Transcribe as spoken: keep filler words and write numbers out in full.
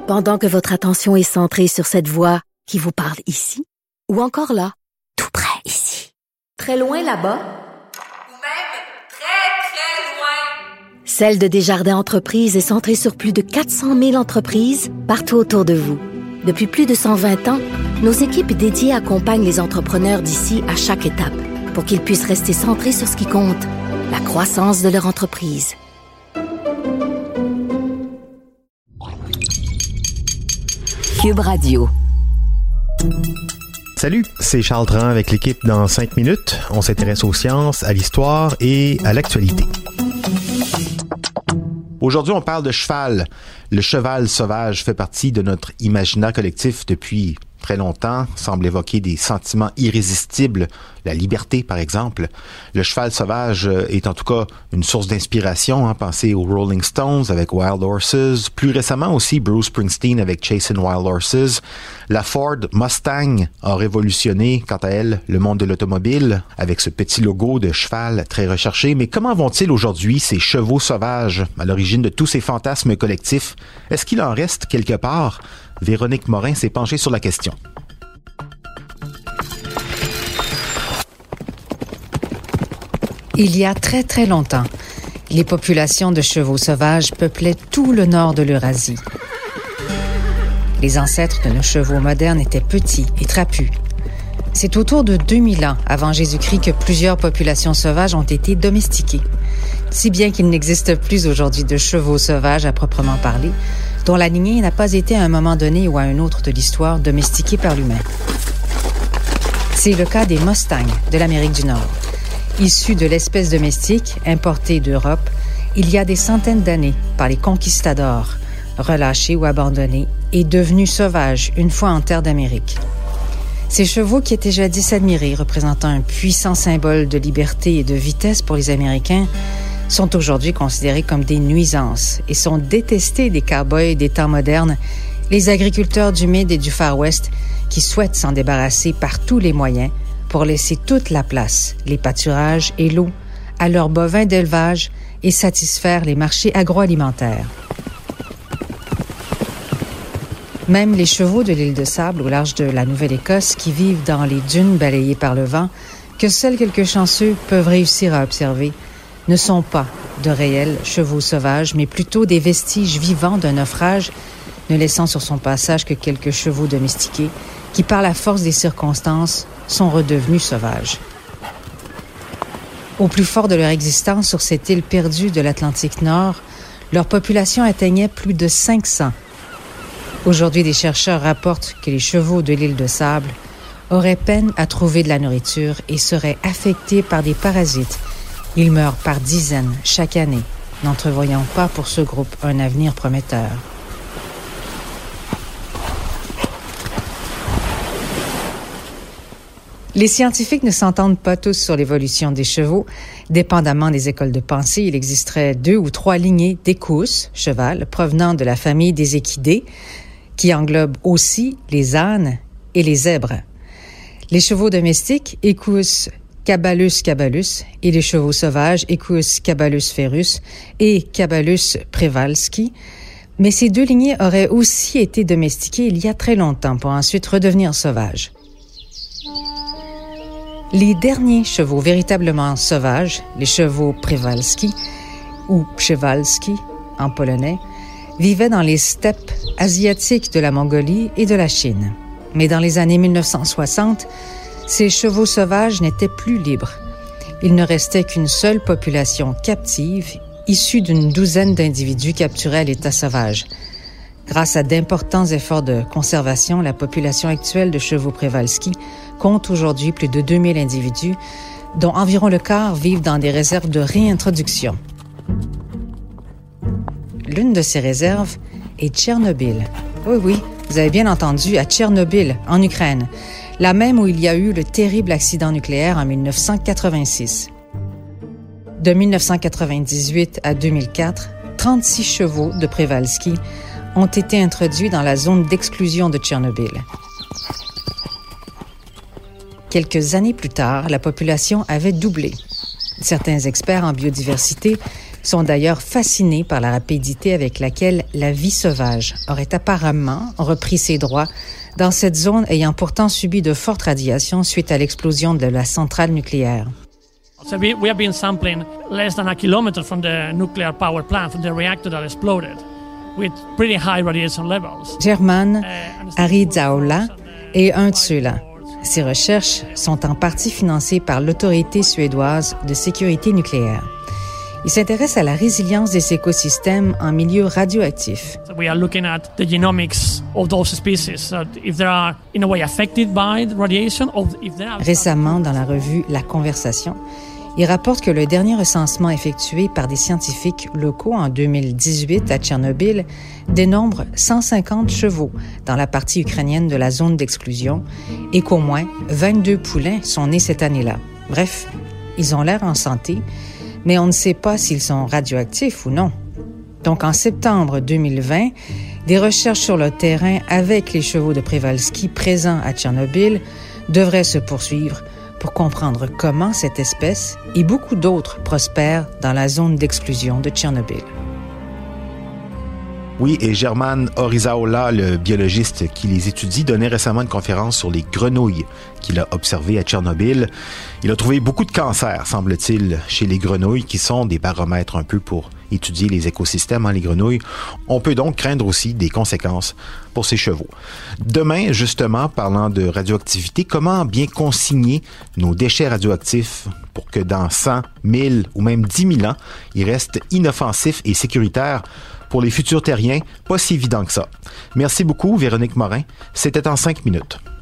Pendant que votre attention est centrée sur cette voix qui vous parle ici, ou encore là, tout près ici, très loin là-bas, ou même très, très loin. Celle de Desjardins Entreprises est centrée sur plus de quatre cent mille entreprises partout autour de vous. Depuis plus de cent vingt ans, nos équipes dédiées accompagnent les entrepreneurs d'ici à chaque étape pour qu'ils puissent rester centrés sur ce qui compte, la croissance de leur entreprise. Cube Radio. Salut, c'est Charles Tran avec l'équipe dans cinq minutes. On s'intéresse aux sciences, à l'histoire et à l'actualité. Aujourd'hui, on parle de cheval. Le cheval sauvage fait partie de notre imaginaire collectif depuis très longtemps, semble évoquer des sentiments irrésistibles, la liberté par exemple. Le cheval sauvage est en tout cas une source d'inspiration, hein. Pensez aux Rolling Stones avec Wild Horses, plus récemment aussi Bruce Springsteen avec Chasing Wild Horses. La Ford Mustang a révolutionné, quant à elle, le monde de l'automobile avec ce petit logo de cheval très recherché. Mais comment vont-ils aujourd'hui ces chevaux sauvages à l'origine de tous ces fantasmes collectifs? Est-ce qu'il en reste quelque part? Véronique Morin s'est penchée sur la question. Il y a très très longtemps, les populations de chevaux sauvages peuplaient tout le nord de l'Eurasie. Les ancêtres de nos chevaux modernes étaient petits et trapus. C'est autour de deux mille ans avant Jésus-Christ que plusieurs populations sauvages ont été domestiquées, si bien qu'il n'existe plus aujourd'hui de chevaux sauvages à proprement parler, dont la lignée n'a pas été à un moment donné ou à un autre de l'histoire domestiquée par l'humain. C'est le cas des Mustangs de l'Amérique du Nord. Issus de l'espèce domestique importée d'Europe il y a des centaines d'années par les conquistadors, relâchés ou abandonnés et devenus sauvages une fois en terre d'Amérique. Ces chevaux qui étaient jadis admirés, représentant un puissant symbole de liberté et de vitesse pour les Américains, sont aujourd'hui considérés comme des nuisances et sont détestés des cow-boys des temps modernes, les agriculteurs du Mid et du Far West qui souhaitent s'en débarrasser par tous les moyens pour laisser toute la place, les pâturages et l'eau, à leurs bovins d'élevage et satisfaire les marchés agroalimentaires. Même les chevaux de l'île de Sable au large de la Nouvelle-Écosse qui vivent dans les dunes balayées par le vent, que seuls quelques chanceux peuvent réussir à observer, ne sont pas de réels chevaux sauvages, mais plutôt des vestiges vivants d'un naufrage, ne laissant sur son passage que quelques chevaux domestiqués qui, par la force des circonstances, sont redevenus sauvages. Au plus fort de leur existence sur cette île perdue de l'Atlantique Nord, leur population atteignait plus de cinq cents. Aujourd'hui, des chercheurs rapportent que les chevaux de l'île de Sable auraient peine à trouver de la nourriture et seraient affectés par des parasites. Ils meurent par dizaines chaque année, n'entrevoyant pas pour ce groupe un avenir prometteur. Les scientifiques ne s'entendent pas tous sur l'évolution des chevaux. Dépendamment des écoles de pensée, il existerait deux ou trois lignées d'équus, cheval, provenant de la famille des équidés, qui englobe aussi les ânes et les zèbres. Les chevaux domestiques, Equus Caballus caballus, et les chevaux sauvages, Equus caballus ferus et Caballus przewalski. Mais ces deux lignées auraient aussi été domestiquées il y a très longtemps pour ensuite redevenir sauvages. Les derniers chevaux véritablement sauvages, les chevaux przewalski ou przewalski en polonais, vivaient dans les steppes asiatiques de la Mongolie et de la Chine. Mais dans les années mille neuf cent soixante, ces chevaux sauvages n'étaient plus libres. Il ne restait qu'une seule population captive, issue d'une douzaine d'individus capturés à l'état sauvage. Grâce à d'importants efforts de conservation, la population actuelle de chevaux przewalski compte aujourd'hui plus de deux mille individus, dont environ le quart vivent dans des réserves de réintroduction. L'une de ces réserves est Tchernobyl. Oui, oui, vous avez bien entendu, à Tchernobyl, en Ukraine, la même où il y a eu le terrible accident nucléaire en mille neuf cent quatre-vingt-six. De mille neuf cent quatre-vingt-dix-huit à deux mille quatre, trente-six chevaux de Przewalski ont été introduits dans la zone d'exclusion de Tchernobyl. Quelques années plus tard, la population avait doublé. Certains experts en biodiversité sont d'ailleurs fascinés par la rapidité avec laquelle la vie sauvage aurait apparemment repris ses droits dans cette zone ayant pourtant subi de fortes radiations suite à l'explosion de la centrale nucléaire. So we, we have been sampling less than a kilometer from the nuclear power plant, from the reactor that exploded, with pretty high radiation levels. German Uh, Arizaola est un de ceux-là. Ses recherches sont en partie financées par l'autorité suédoise de sécurité nucléaire. Il s'intéresse à la résilience des écosystèmes en milieu radioactif. So we are looking at the genomics of those species, so if they are in a way affected by the radiation, or if they are... Récemment, dans la revue La Conversation, il rapporte que le dernier recensement effectué par des scientifiques locaux en deux mille dix-huit à Tchernobyl dénombre cent cinquante chevaux dans la partie ukrainienne de la zone d'exclusion et qu'au moins vingt-deux poulains sont nés cette année-là. Bref, ils ont l'air en santé, mais on ne sait pas s'ils sont radioactifs ou non. Donc en septembre deux mille vingt, des recherches sur le terrain avec les chevaux de Przewalski présents à Tchernobyl devraient se poursuivre pour comprendre comment cette espèce et beaucoup d'autres prospèrent dans la zone d'exclusion de Tchernobyl. Oui, et German Orizaola, le biologiste qui les étudie, donnait récemment une conférence sur les grenouilles qu'il a observées à Tchernobyl. Il a trouvé beaucoup de cancers, semble-t-il, chez les grenouilles, qui sont des baromètres un peu pour étudier les écosystèmes, hein, les grenouilles. On peut donc craindre aussi des conséquences pour ces chevaux. Demain, justement, parlant de radioactivité, comment bien consigner nos déchets radioactifs pour que dans cent, mille ou même dix mille ans, ils restent inoffensifs et sécuritaires pour les futurs terriens? Pas si évident que ça. Merci beaucoup, Véronique Morin. C'était en cinq minutes.